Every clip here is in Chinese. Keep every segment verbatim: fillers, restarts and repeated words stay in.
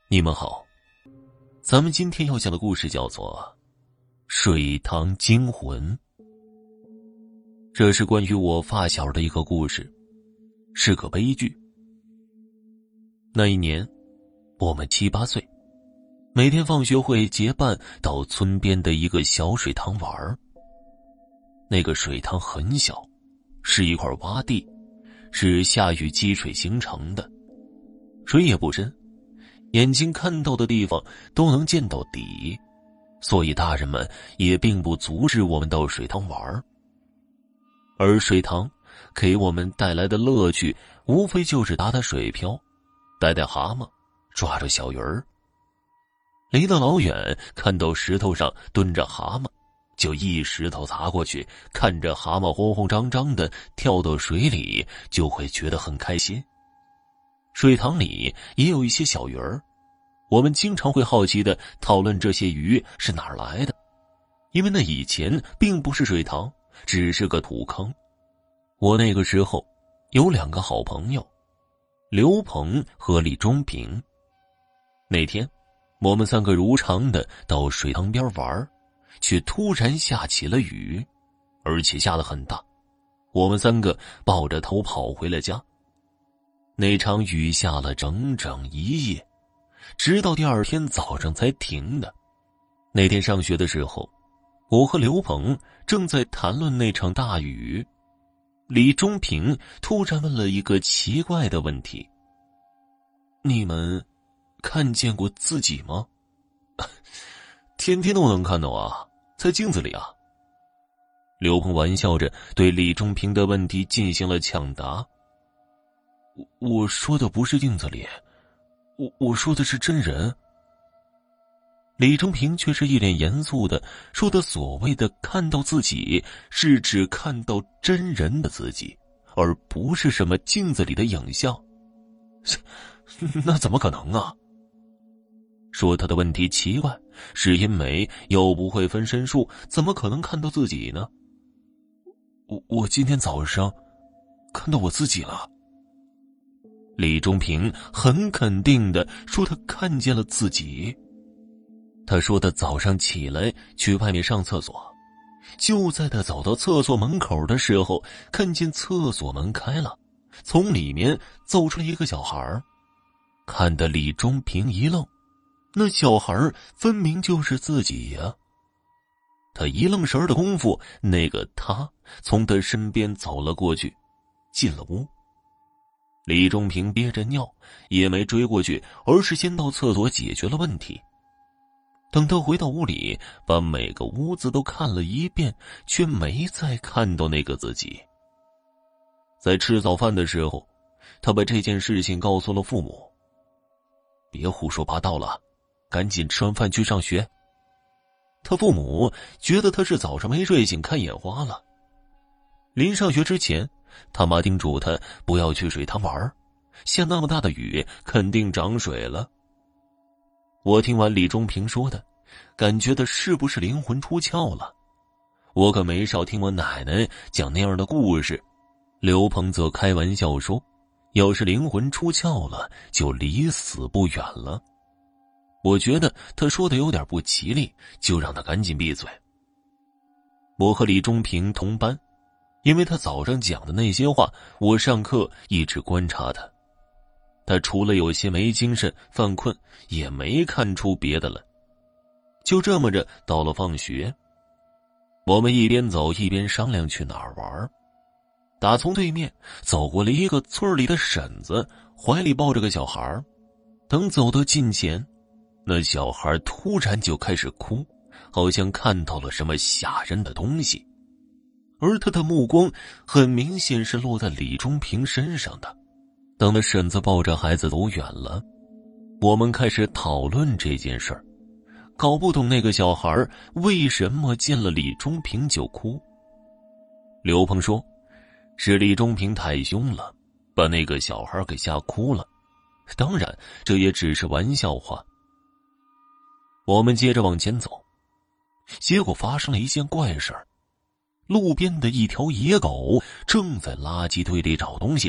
你们好，咱们今天要讲的故事叫做《水塘惊魂》。这是关于我发小的一个故事，是个悲剧。那一年，我们七八岁，每天放学会结伴到村边的一个小水塘玩。那个水塘很小，是一块洼地，是下雨积水形成的，水也不深，眼睛看到的地方都能见到底，所以大人们也并不阻止我们到水塘玩。而水塘给我们带来的乐趣，无非就是打打水漂，逮逮蛤蟆，抓抓小鱼儿。离得老远，看到石头上蹲着蛤蟆，就一石头砸过去，看着蛤蟆慌慌张张的跳到水里，就会觉得很开心。水塘里也有一些小鱼儿，我们经常会好奇地讨论这些鱼是哪儿来的，因为那以前并不是水塘，只是个土坑。我那个时候有两个好朋友，刘鹏和李忠平。那天我们三个如常地到水塘边玩，却突然下起了雨，而且下得很大。我们三个抱着头跑回了家。那场雨下了整整一夜，直到第二天早上才停的。那天上学的时候，我和刘鹏正在谈论那场大雨。李忠平突然问了一个奇怪的问题：你们看见过自己吗？天天都能看到啊，在镜子里啊。刘鹏玩笑着对李忠平的问题进行了抢答。我说的不是镜子里，我我说的是真人。李忠平却是一脸严肃的说，他所谓的看到自己，是指看到真人的自己，而不是什么镜子里的影像。那怎么可能啊？说他的问题奇怪，是因为又不会分身术，怎么可能看到自己呢？我我今天早上看到我自己了。李忠平很肯定地说他看见了自己。他说他早上起来去外面上厕所，就在他走到厕所门口的时候，看见厕所门开了，从里面走出来一个小孩，看得李忠平一愣，那小孩分明就是自己呀。他一愣神的功夫，那个他从他身边走了过去，进了屋。李忠平憋着尿也没追过去，而是先到厕所解决了问题。等他回到屋里，把每个屋子都看了一遍，却没再看到那个自己。在吃早饭的时候，他把这件事情告诉了父母。别胡说八道了，赶紧吃完饭去上学。他父母觉得他是早上没睡醒看眼花了。临上学之前，他妈叮嘱他不要去水塘玩，下那么大的雨肯定涨水了。我听完李忠平说的，感觉他是不是灵魂出窍了？我可没少听我奶奶讲那样的故事。刘鹏则开玩笑说，要是灵魂出窍了，就离死不远了。我觉得他说的有点不吉利，就让他赶紧闭嘴。我和李忠平同班，因为他早上讲的那些话，我上课一直观察他。他除了有些没精神犯困，也没看出别的了。就这么着到了放学，我们一边走一边商量去哪儿玩。打从对面走过了一个村里的婶子，怀里抱着个小孩。等走到近前，那小孩突然就开始哭，好像看到了什么吓人的东西，而他的目光很明显是落在李忠平身上的。等那婶子抱着孩子走远了，我们开始讨论这件事儿，搞不懂那个小孩为什么见了李忠平就哭。刘鹏说，是李忠平太凶了，把那个小孩给吓哭了。当然，这也只是玩笑话。我们接着往前走，结果发生了一件怪事儿。路边的一条野狗正在垃圾堆里找东西吃，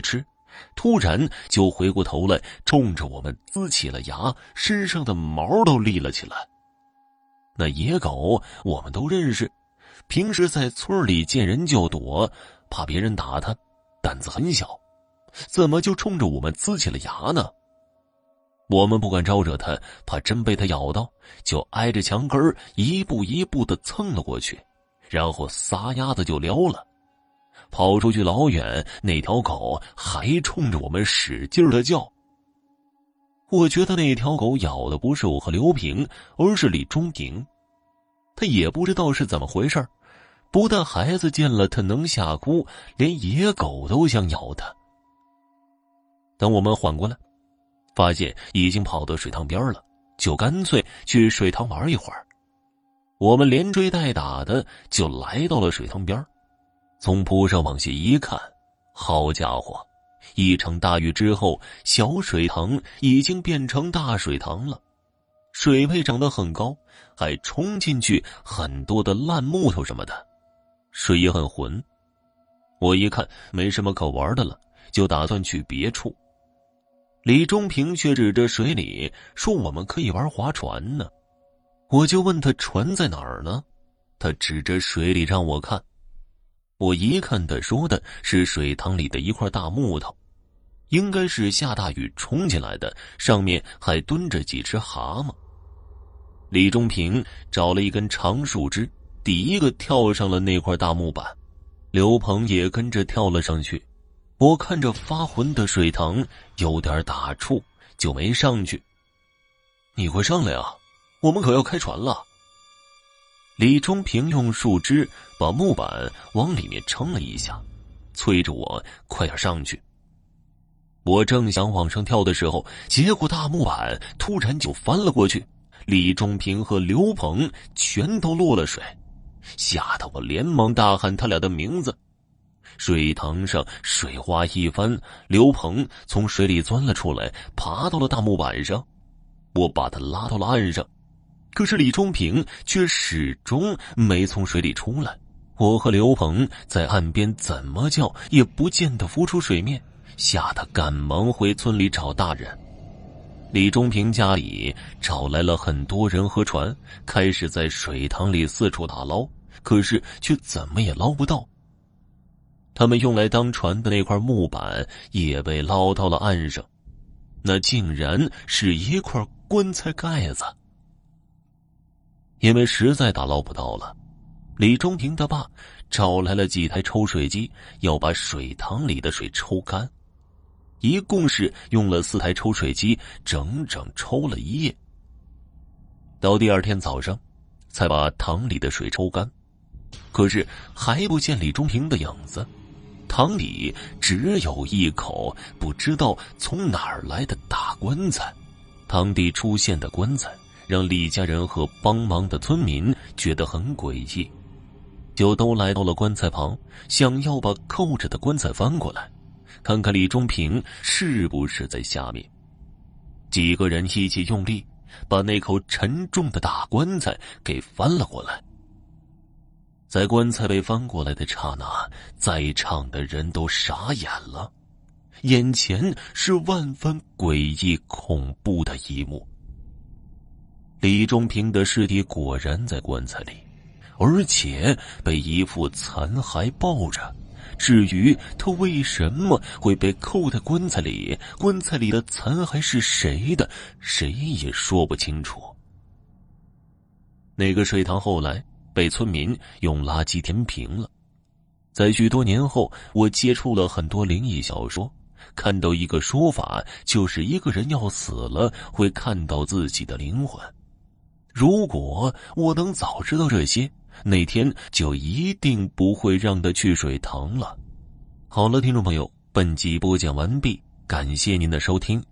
突然就回过头来冲着我们呲起了牙，身上的毛都立了起来。那野狗我们都认识，平时在村里见人就躲，怕别人打它，胆子很小，怎么就冲着我们呲起了牙呢？我们不敢招惹它，怕真被它咬到，就挨着墙根一步一步地蹭了过去，然后撒丫子就撩了。跑出去老远，那条狗还冲着我们使劲地叫。我觉得那条狗咬的不是我和刘平，而是李忠平。他也不知道是怎么回事，不但孩子见了他能吓哭，连野狗都想咬他。等我们缓过来，发现已经跑到水塘边了，就干脆去水塘玩一会儿。我们连追带打的就来到了水塘边，从坡上往下一看，好家伙，一场大雨之后，小水塘已经变成大水塘了，水位涨得很高，还冲进去很多的烂木头什么的，水也很浑。我一看没什么可玩的了，就打算去别处。李忠平却指着水里说我们可以玩划船呢。我就问他船在哪儿呢？他指着水里让我看。我一看他说的是水塘里的一块大木头，应该是下大雨冲进来的，上面还蹲着几只蛤蟆。李忠平找了一根长树枝，第一个跳上了那块大木板，刘鹏也跟着跳了上去。我看着发浑的水塘有点打怵，就没上去。你快上来啊，我们可要开船了。李忠平用树枝把木板往里面撑了一下，催着我快点上去。我正想往上跳的时候，结果大木板突然就翻了过去，李忠平和刘鹏全都落了水，吓得我连忙大喊他俩的名字。水塘上水花一翻，刘鹏从水里钻了出来，爬到了大木板上，我把他拉到了岸上，可是李忠平却始终没从水里出来。我和刘鹏在岸边怎么叫也不见得浮出水面，吓得赶忙回村里找大人。李忠平家里找来了很多人和船，开始在水塘里四处打捞，可是却怎么也捞不到。他们用来当船的那块木板也被捞到了岸上，那竟然是一块棺材盖子。因为实在打捞不到了，李忠平的爸找来了几台抽水机，要把水塘里的水抽干。一共是用了四台抽水机，整整抽了一夜。到第二天早上，才把塘里的水抽干，可是还不见李忠平的影子。塘里只有一口不知道从哪儿来的大棺材。塘底出现的棺材让李家人和帮忙的村民觉得很诡异，就都来到了棺材旁，想要把扣着的棺材翻过来，看看李忠平是不是在下面。几个人一起用力，把那口沉重的大棺材给翻了过来。在棺材被翻过来的刹那，在场的人都傻眼了，眼前是万分诡异恐怖的一幕。李忠平的尸体果然在棺材里，而且被一副残骸抱着。至于他为什么会被扣在棺材里，棺材里的残骸是谁的，谁也说不清楚。那个水塘后来被村民用垃圾填平了。在许多年后，我接触了很多灵异小说，看到一个说法，就是一个人要死了会看到自己的灵魂。如果我能早知道这些，那天就一定不会让他去水塘了。好了，听众朋友，本集播讲完毕，感谢您的收听。